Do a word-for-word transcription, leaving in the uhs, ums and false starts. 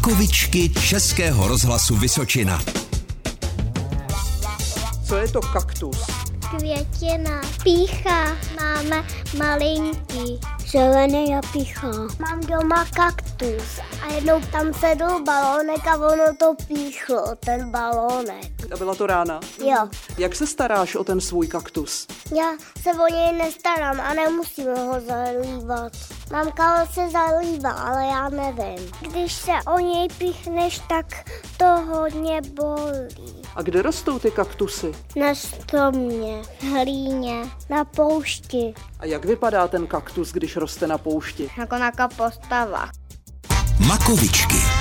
Makovičky Českého rozhlasu Vysočina. Co je to kaktus? Květina. Pícha. Máme malinký. Zelený a pícha. Mám doma kaktus a jednou tam sedl balónek a ono to píchlo, ten balónek. A byla to rána? Jo. Jak se staráš o ten svůj kaktus? Já se o něj nestarám a nemusím ho zalívat. Mamka se zalívá, ale já nevím. Když se o něj píchneš, tak to hodně bolí. A kde rostou ty kaktusy? Na stromě, v hlíně, na poušti. A jak vypadá ten kaktus, když roste na poušti? Jako na kapostava. Makovičky.